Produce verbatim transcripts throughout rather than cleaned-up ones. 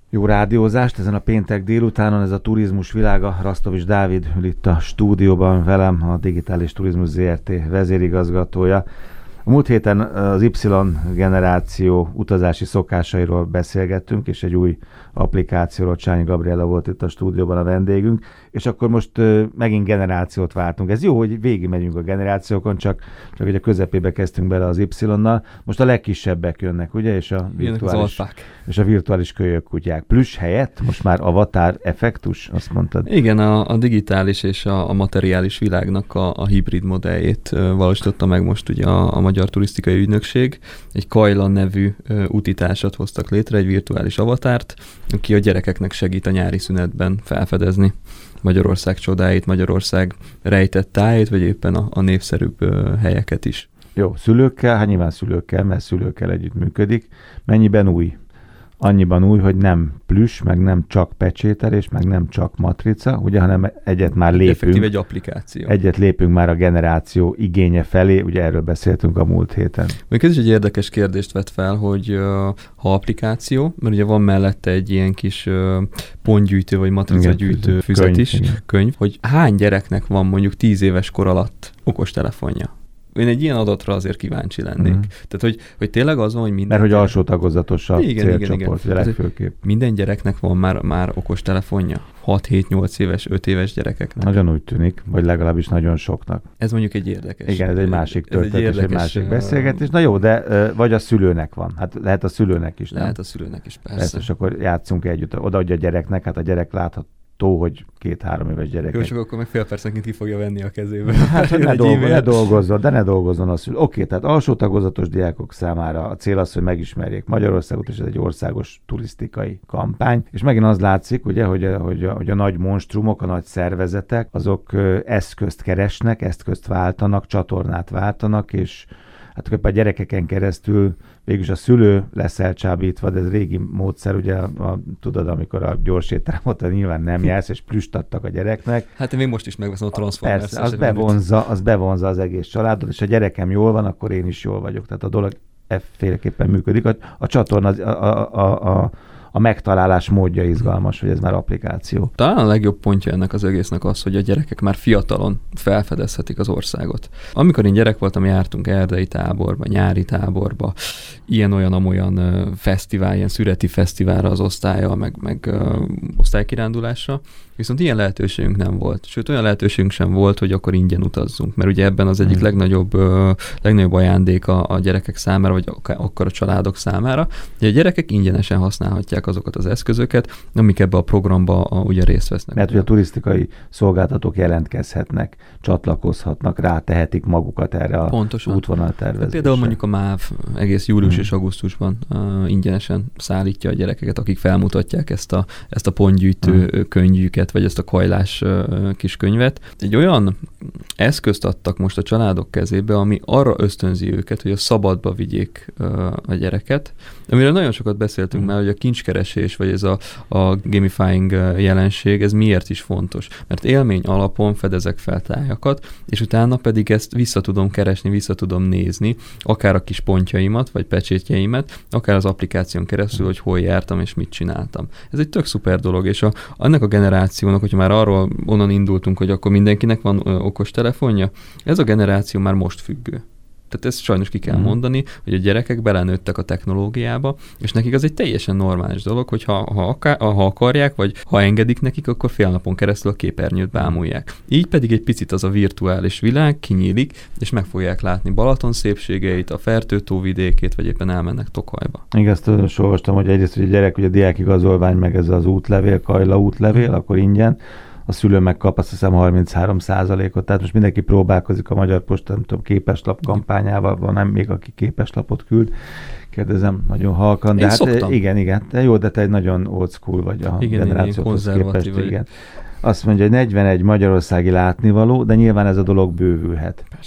Jó rádiózást ezen a péntek délutánon, ez a turizmus világa. Rasztovics Dávid ül itt a stúdióban velem, a Digitális Turizmus zé er té vezérigazgatója. A múlt héten az Y generáció utazási szokásairól beszélgettünk, és egy új applikációról, Csányi Gabriella volt itt a stúdióban a vendégünk, és akkor most uh, megint generációt váltunk. Ez jó, hogy végigmegyünk a generációkon, csak, csak hogy a közepébe kezdtünk bele az Y-nal. Most a legkisebbek jönnek, ugye? És a virtuális, és a virtuális kölyökkutyák. Plüss helyett most már avatar effektus, azt mondtad? Igen, a, a digitális és a, a materiális világnak a, a hibrid modelljét uh, valósította meg most ugye a, a Magyar Turisztikai Ügynökség. Egy Kajla nevű uh, útitársat hoztak létre, egy virtuális avatárt, aki a gyerekeknek segít a nyári szünetben felfedezni Magyarország csodáit, Magyarország rejtett táját, vagy éppen a, a népszerűbb uh, helyeket is. Jó, szülőkkel, hát nyilván szülőkkel, mert szülőkkel együtt működik. Mennyiben új? Annyiban új, hogy nem plüss, meg nem csak pecsételés, meg nem csak matrica, ugye, hanem egyet már lépünk. Effektív egy applikáció. Egyet lépünk már a generáció igénye felé, ugye erről beszéltünk a múlt héten. Még ez is egy érdekes kérdést vet fel, hogy uh, ha applikáció, mert ugye van mellette egy ilyen kis uh, pontgyűjtő, vagy matricagyűjtő füzet könyv, is, igen. könyv, hogy hány gyereknek van mondjuk tíz éves kor alatt okostelefonja. Én egy ilyen adatra azért kíváncsi lennék. Uh-huh. Tehát, hogy, hogy tényleg az van, hogy minden... Mert hogy alsó tagozatos a célcsoport, ugye legfőképp. Minden gyereknek van már, már okos telefonja. hat-hét-nyolc éves, öt éves gyerekeknek. Nagyon úgy tűnik, vagy legalábbis nagyon soknak. Ez mondjuk egy érdekes. Igen, ez egy másik történet, egy, egy másik beszélgetés. Na jó, de vagy a szülőnek van. Hát lehet a szülőnek is, nem? Lehet a szülőnek is, persze. persze. És akkor játszunk együtt. Odaadja a gyereknek, hát a gyerek láthat tó, hogy két-három éves gyerek. Jó, csak akkor meg fél percenként ki fogja venni a kezébe. Hát ne, dolgo, ne dolgozzon, de ne dolgozzon a szülő. Oké, tehát alsó tagozatos diákok számára a cél az, hogy megismerjék Magyarországot, és ez egy országos turisztikai kampány. És megint az látszik, ugye, hogy a, hogy a, hogy a nagy monstrumok, a nagy szervezetek, azok eszközt keresnek, eszközt váltanak, csatornát váltanak, és hát a gyerekeken keresztül végülis a szülő lesz elcsábítva, de ez régi módszer, ugye, a, a, tudod, amikor a gyors étteremot nyilván nem jársz, és plüstattak a gyereknek. Hát én még most is megveszem a Transformers. Persze, az bevonza, az bevonza az egész családot, és ha a gyerekem jól van, akkor én is jól vagyok. Tehát a dolog efféleképpen működik. A, a csatorna, a, a, a, a a megtalálás módja izgalmas, hogy ez már applikáció. Talán a legjobb pontja ennek az egésznek az, hogy a gyerekek már fiatalon felfedezhetik az országot. Amikor én gyerek voltam, jártunk erdei táborba, nyári táborba, ilyen-olyan-amolyan fesztivál, ilyen szüreti fesztiválra az osztállyal, meg, meg ö, osztálykirándulásra, viszont ilyen lehetőségünk nem volt. Sőt, olyan lehetőségünk sem volt, hogy akkor ingyen utazzunk, mert ugye ebben az egyik hmm. legnagyobb, ö, legnagyobb ajándék a, a gyerekek számára, vagy akkor a családok számára, hogy a gyerekek ingyenesen használhatják azokat az eszközöket, amik ebbe a programba a, ugye részt vesznek. Mert ugye a turisztikai szolgáltatók jelentkezhetnek, csatlakozhatnak, rátehetik magukat erre a Pontosan. útvonaltervezésre. Hát például mondjuk a MÁV egész július hmm. és augusztusban uh, ingyenesen szállítja a gyerekeket, akik felmutatják ezt a, ezt a pontgyűjtő hmm. könyvüket, vagy ezt a kajlás uh, kis könyvet. Egy olyan eszközt adtak most a családok kezébe, ami arra ösztönzi őket, hogy a szabadba vigyék uh, a gyereket. Amiről nagyon sokat beszéltünk hmm. már, hogy a kincskeresés, vagy ez a, a gamifying jelenség, ez miért is fontos? Mert élmény alapon fedezek fel tájakat, és utána pedig ezt vissza tudom keresni, vissza tudom nézni, akár a kis pontjaimat, vagy pecsétjeimet, akár az applikáción keresztül, hogy hol jártam, és mit csináltam. Ez egy tök szuper dolog, és a, annak a generációnak, hogyha már arról onnan indultunk, hogy akkor mindenkinek van ö, okos telefonja, ez a generáció már most függő. Tehát ezt sajnos ki kell mondani, hogy a gyerekek belenőttek a technológiába, és nekik az egy teljesen normális dolog, hogy ha, ha, akar, ha akarják, vagy ha engedik nekik, akkor fél napon keresztül a képernyőt bámulják. Így pedig egy picit az a virtuális világ kinyílik, és meg fogják látni Balaton szépségeit, a Fertőtó vidékét, vagy éppen elmennek Tokajba. Igen, azt tudom, olvastam, hogy egyrészt, hogy a gyerek, ugye a diákigazolvány, meg ez az útlevél, Kajla útlevél, akkor ingyen, a szülő megkap azt hiszem harminchárom százalékot, tehát most mindenki próbálkozik a Magyar Posta, nem tudom, képeslap kampányával, van nem még, aki képeslapot küld, kérdezem nagyon halkan, de Én hát szoktam. igen, igen, de jó, de te egy nagyon old school vagy a igen, generációhoz képest, vagy. igen. Azt mondja, hogy negyvenegy magyarországi látnivaló, de nyilván ez a dolog bővülhet. Persze.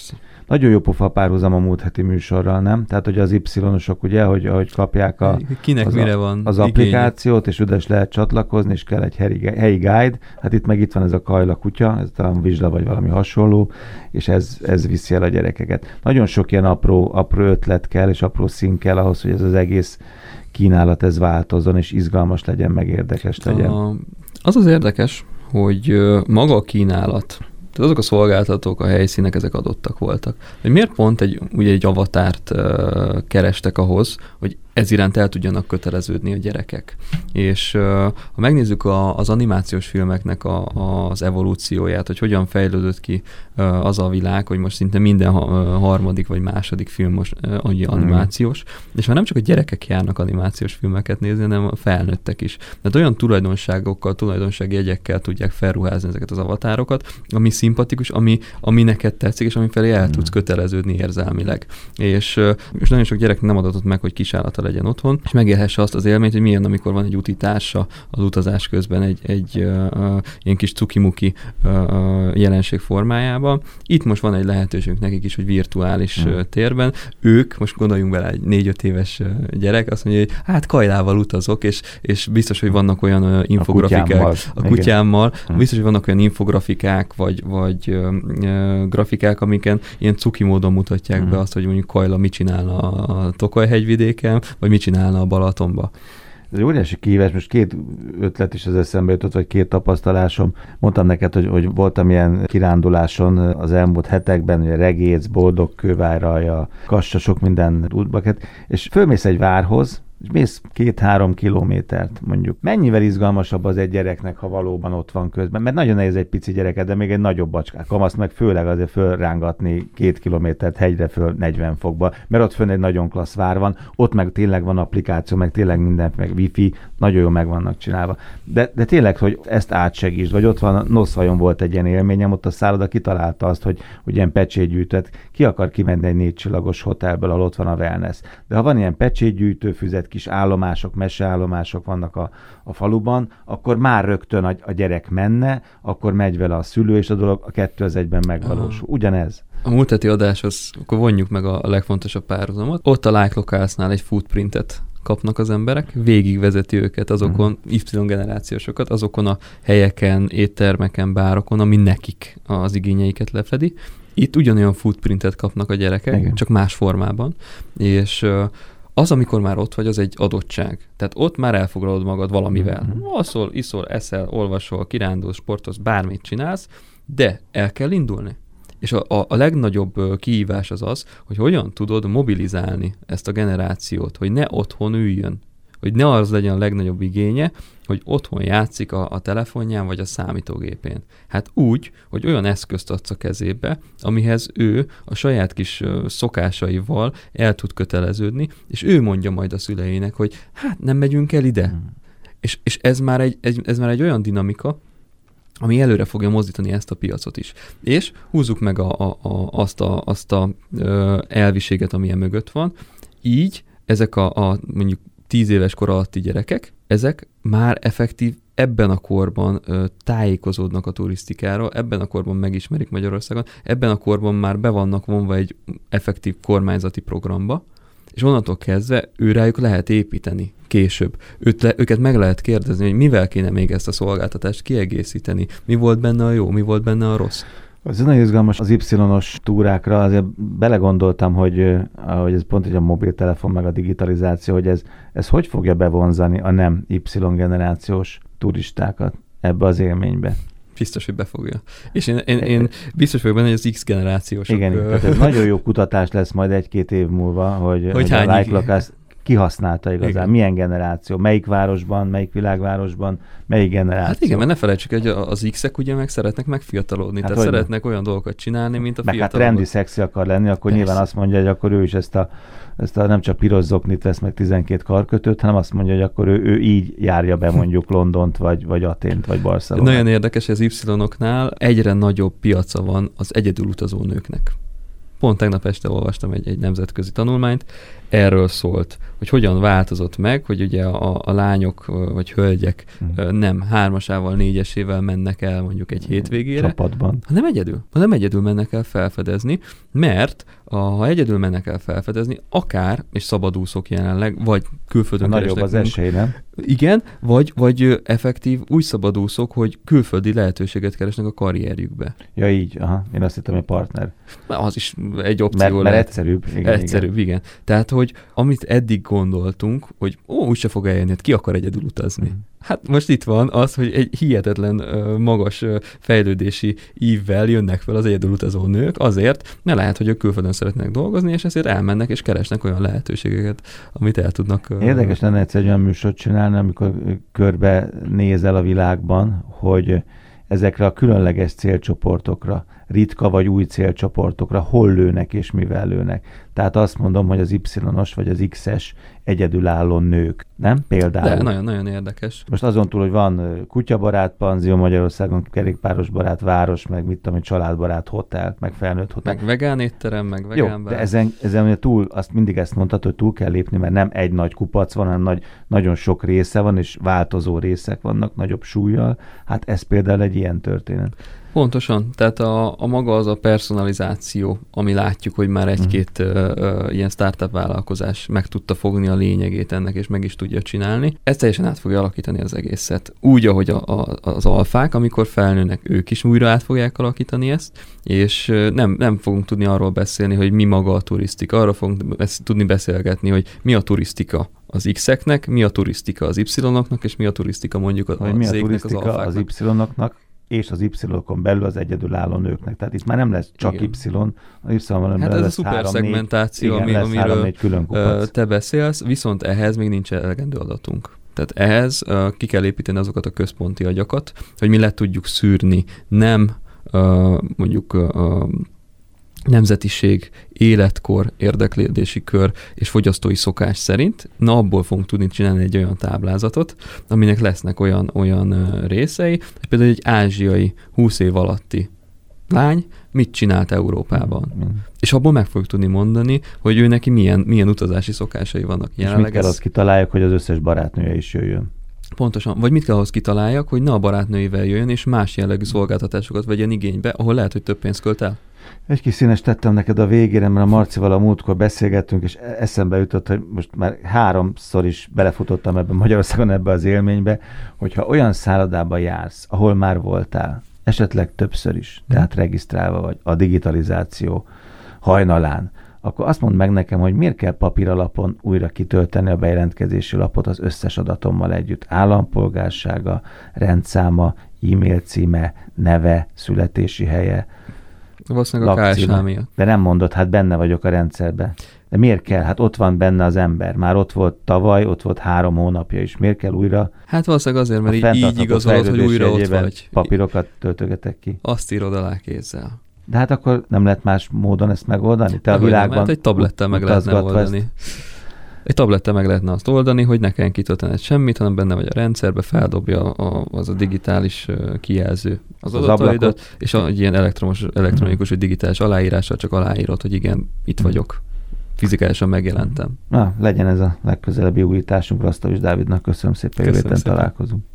Nagyon jó pofa párhuzam a múlt heti műsorral, nem? Tehát, hogy az Y-osok ugye, hogy, ahogy kapják a, Kinek az, mire a, van az applikációt, és oda is lehet csatlakozni, és kell egy helyi, helyi guide. Hát itt meg itt van ez a Kajla kutya, ez talán vizsla vagy valami hasonló, és ez, ez viszi el a gyerekeket. Nagyon sok ilyen apró, apró ötlet kell, és apró szín kell ahhoz, hogy ez az egész kínálat ez változzon, és izgalmas legyen, meg érdekes legyen. A, az az érdekes, hogy maga a kínálat, tehát azok a szolgáltatók, a helyszínek, ezek adottak voltak. Hogy miért pont egy, ugye egy avatárt uh, kerestek ahhoz, hogy ez iránt el tudjanak köteleződni a gyerekek. És uh, ha megnézzük a, az animációs filmeknek a, a, az evolúcióját, hogy hogyan fejlődött ki uh, az a világ, hogy most szinte minden ha, uh, harmadik vagy második film most uh, animációs, mm. és már nem csak a gyerekek járnak animációs filmeket nézni, hanem a felnőttek is. Tehát olyan tulajdonságokkal, tulajdonsági jegyekkel tudják felruházni ezeket az avatárokat, ami szimpatikus, ami, ami neked tetszik, és ami felé el mm. tudsz köteleződni érzelmileg. És, uh, és nagyon sok gyerek nem adatott meg, hogy kisállata legyen otthon, és megélhesse azt az élményt, hogy milyen, amikor van egy utitársa az utazás közben egy, egy uh, uh, ilyen kis cukimuki uh, uh, jelenség formájában. Itt most van egy lehetőségünk nekik is, hogy virtuális uh, térben. Ők, most gondoljunk bele, egy négy-öt éves uh, gyerek, azt mondja, hogy hát Kajlával utazok, és, és biztos, hogy vannak olyan uh, infografikák. A kutyámmal. A kutyámmal biztos, hogy vannak olyan infografikák, vagy, vagy uh, uh, grafikák, amiken ilyen cuki módon mutatják uh. be azt, hogy mondjuk Kajla mit csinálna a Tokaj-hegyvidéken, vagy mit csinálna a Balatonba. Ez egy óriási kihívás, most két ötlet is az eszembe jutott, vagy két tapasztalásom. Mondtam neked, hogy, hogy voltam ilyen kiránduláson az elmúlt hetekben, ugye Regész, Boldogkőváralja, Kassa, sok minden útbaket, és fölmész egy várhoz, és mész két-három kilométert mondjuk. Mennyivel izgalmasabb az egy gyereknek, ha valóban ott van közben? Mert nagyon nehéz egy pici gyereket, de még egy nagyobb bacskát. Kamaszt meg főleg azért fölrángatni két kilométert hegyre föl negyven fokba, mert ott fönn egy nagyon klassz vár van, ott meg tényleg van applikáció, meg tényleg minden, meg wifi, nagyon jól meg vannak csinálva. De, de tényleg, hogy ezt átsegítsd, vagy ott van, Noszvajon volt egy ilyen élményem, ott a szálloda kitalálta azt, hogy, hogy ilyen pecsétgyűjtőt, ki akar kimenni egy négy csillagos hotelből, ahol ott van a wellness. De ha van ilyen pecsétgyűjtőfüzet, kis állomások, meseállomások vannak a, a faluban, akkor már rögtön a, a gyerek menne, akkor megy vele a szülő, és a dolog a kettő az egyben megvalósul. Ugyanez. A múlt heti adáshoz, akkor vonjuk meg a, a legfontosabb párhuzamot. Ott a Like Localsnál egy footprintet kapnak az emberek, végigvezeti őket azokon, uh-huh. Y-generációsokat, azokon a helyeken, éttermeken, bárokon, ami nekik az igényeiket lefedi. Itt ugyanolyan footprintet kapnak a gyerekek, igen. csak más formában, és az, amikor már ott vagy, az egy adottság. Tehát ott már elfoglalod magad valamivel. Mm-hmm. Alszol, iszol, eszel, olvasol, kirándulsz, sportolsz, bármit csinálsz, de el kell indulni. És a, a, a legnagyobb kihívás az az, hogy hogyan tudod mobilizálni ezt a generációt, hogy ne otthon üljön. Hogy ne az legyen a legnagyobb igénye, hogy otthon játszik a, a telefonján vagy a számítógépén. Hát úgy, hogy olyan eszközt adsz a kezébe, amihez ő a saját kis uh, szokásaival el tud köteleződni, és ő mondja majd a szüleinek, hogy hát nem megyünk el ide. Hmm. És, és ez, már egy, egy, ez már egy olyan dinamika, ami előre fogja mozdítani ezt a piacot is. És húzzuk meg a, a, a, azt a, azt a ö, elviséget, ami mögött van. Így ezek a, a mondjuk tíz éves kor alatti gyerekek, ezek már effektív ebben a korban ö, tájékozódnak a turisztikáról, ebben a korban megismerik Magyarországon, ebben a korban már be vannak vonva egy effektív kormányzati programba, és onnantól kezdve őrájuk lehet építeni később. Őt le, őket meg lehet kérdezni, hogy mivel kéne még ezt a szolgáltatást kiegészíteni, mi volt benne a jó, mi volt benne a rossz. Ez nagyon izgalmas az Y-os túrákra, azért belegondoltam, hogy, hogy ez pont hogy a mobiltelefon meg a digitalizáció, hogy ez, ez hogy fogja bevonzani a nem Y-generációs turistákat ebbe az élménybe. Biztos, hogy befogja. És én, én, én biztos vagyok benne, hogy az X-generációsok... Igen, tehát ez nagyon jó kutatás lesz majd egy-két év múlva, hogy, hogy, hogy a Like Locals kihasználta igazán. Igen. Milyen generáció, melyik városban, melyik világvárosban, melyik generáció. Hát igen, mert ne felejtsük, hogy az X-ek ugye meg szeretnek megfiatalodni, hát tehát szeretnek olyan dolgokat csinálni, mint a meg fiatalok. Hát rendi, szexi akar lenni, akkor persze. Nyilván azt mondja, hogy akkor ő is ezt a, ezt a nem csak piros zoknit vesz meg tizenkét karkötőt, hanem azt mondja, hogy akkor ő, ő így járja be mondjuk Londont, vagy, vagy Atént, vagy Barcelonát. Nagyon érdekes, hogy az Y-oknál egyre nagyobb piaca van az egyedül utazó nőknek. pont tegnap este olvastam egy, egy nemzetközi tanulmányt, erről szólt, hogy hogyan változott meg, hogy ugye a, a lányok vagy hölgyek hmm. nem hármasával, négyesével mennek el mondjuk egy hétvégére. Csapatban. Nem egyedül. Nem egyedül mennek el felfedezni, mert a, ha egyedül mennek el felfedezni, akár, és szabadúszók jelenleg, vagy külföldön nagyobb az esély, nem? Igen, vagy, vagy effektív új szabadúszók, hogy külföldi lehetőséget keresnek a karrierjükbe. Ja, így, aha. Én azt hittem, hogy partner. Az is egy opció mert, lehet. Mert egyszerűbb. Igen, egyszerűbb, igen. igen. Tehát, hogy amit eddig gondoltunk, hogy ó, úgyse fog eljönni, hogy ki akar egyedül utazni. Mm. Hát most itt van az, hogy egy hihetetlen uh, magas uh, fejlődési ívvel jönnek fel az egyedül utazó nők azért, mert lehet, hogy ők külföldön szeretnek dolgozni, és ezért elmennek és keresnek olyan lehetőségeket, amit el tudnak... Uh, Érdekes lenne egyszer egy olyan műsort csinálni, amikor körbe nézel a világban, hogy ezekre a különleges célcsoportokra, ritka vagy új célcsoportokra hol lőnek és mivel lőnek. Tehát azt mondom, hogy az Y-os vagy az X-es egyedülálló nők, nem? Például. De nagyon-nagyon érdekes. Most azon túl, hogy van kutyabarát panzió Magyarországon, kerékpáros barát város, meg mit tudom, családbarát hotel, meg felnőtt hotel. Meg vegán étterem, meg vegán Jó, bár. de ezen, ezen túl, azt mindig ezt mondtad, hogy túl kell lépni, mert nem egy nagy kupac van, hanem nagy, nagyon sok része van, és változó részek vannak nagyobb súlyjal. Hát ez például egy ilyen történet. Pontosan, tehát a, a maga az a personalizáció, ami látjuk, hogy már egy-két uh, uh, ilyen startup vállalkozás meg tudta fogni a lényegét ennek, és meg is tudja csinálni. Ez teljesen át fogja alakítani az egészet. Úgy, ahogy a, a, az alfák, amikor felnőnek, ők is újra át fogják alakítani ezt, és nem, nem fogunk tudni arról beszélni, hogy mi maga a turisztika. Arról fogunk besz- tudni beszélgetni, hogy mi a turisztika az X-eknek, mi a turisztika az Y-oknak, és mi a turisztika mondjuk a, a Z-nek, az alfáknak. Az Y-oknak, és az Y-okon belül az egyedülálló nőknek. Tehát itt már nem lesz csak igen. Y, az Y-on hát ez a szuper szegmentáció, ami, amiről külön te beszélsz, viszont ehhez még nincs elegendő adatunk. Tehát ehhez uh, ki kell építeni azokat a központi agyakat, hogy mi le tudjuk szűrni nem uh, mondjuk uh, nemzetiség, életkor, érdeklődési kör és fogyasztói szokás szerint, na abból fogunk tudni csinálni egy olyan táblázatot, aminek lesznek olyan, olyan uh, részei, hogy például egy ázsiai húsz év alatti lány mit csinált Európában. Mm. És abból meg fogjuk tudni mondani, hogy ő neki milyen, milyen utazási szokásai vannak. Jelenleg és mit kell ez... azt kitalálják, hogy az összes barátnője is jöjjön. Pontosan. Vagy mit kell ahhoz kitaláljak, hogy ne a barátnőivel jöjjön, és más jellegű szolgáltatásokat vegyen igénybe, ahol lehet, hogy több pénzt költ el. Egy kis színes tettem neked a végére, mert a Marcival a múltkor beszélgettünk, és eszembe jutott, hogy most már háromszor is belefutottam ebben Magyarországon ebbe az élménybe, hogyha olyan szállodába jársz, ahol már voltál, esetleg többször is, tehát regisztrálva vagy a digitalizáció hajnalán, akkor azt mondd meg nekem, hogy miért kell papíralapon újra kitölteni a bejelentkezési lapot az összes adatommal együtt. Állampolgársága, rendszáma, e-mail címe, neve, születési helye, valószínűleg a ká es há miatt. De nem mondod, hát benne vagyok a rendszerben. De miért kell? Hát ott van benne az ember. Már ott volt tavaly, ott volt három hónapja is. Miért kell újra? Hát valószínűleg azért, mert így igazolod, hogy újra ott vagy. Papírokat töltögetek ki. Azt írod alá kézzel. De hát akkor nem lehet más módon ezt megoldani? Te a világban hát egy tablettel meg lehetne oldani. Ezt. Egy tablettel meg lehetne azt oldani, hogy ne kelljen kitöltened semmit, hanem benne vagy a rendszerbe, feldobja a, az a digitális kijelző az, az adataidat, és egy ilyen elektromos, elektronikus vagy digitális aláírással csak aláírod, hogy igen, itt vagyok. Fizikálisan megjelentem. Na, legyen ez a legközelebbi újításunk. Rasztovics Dávidnak köszönöm szépen, jövő héten találkozunk.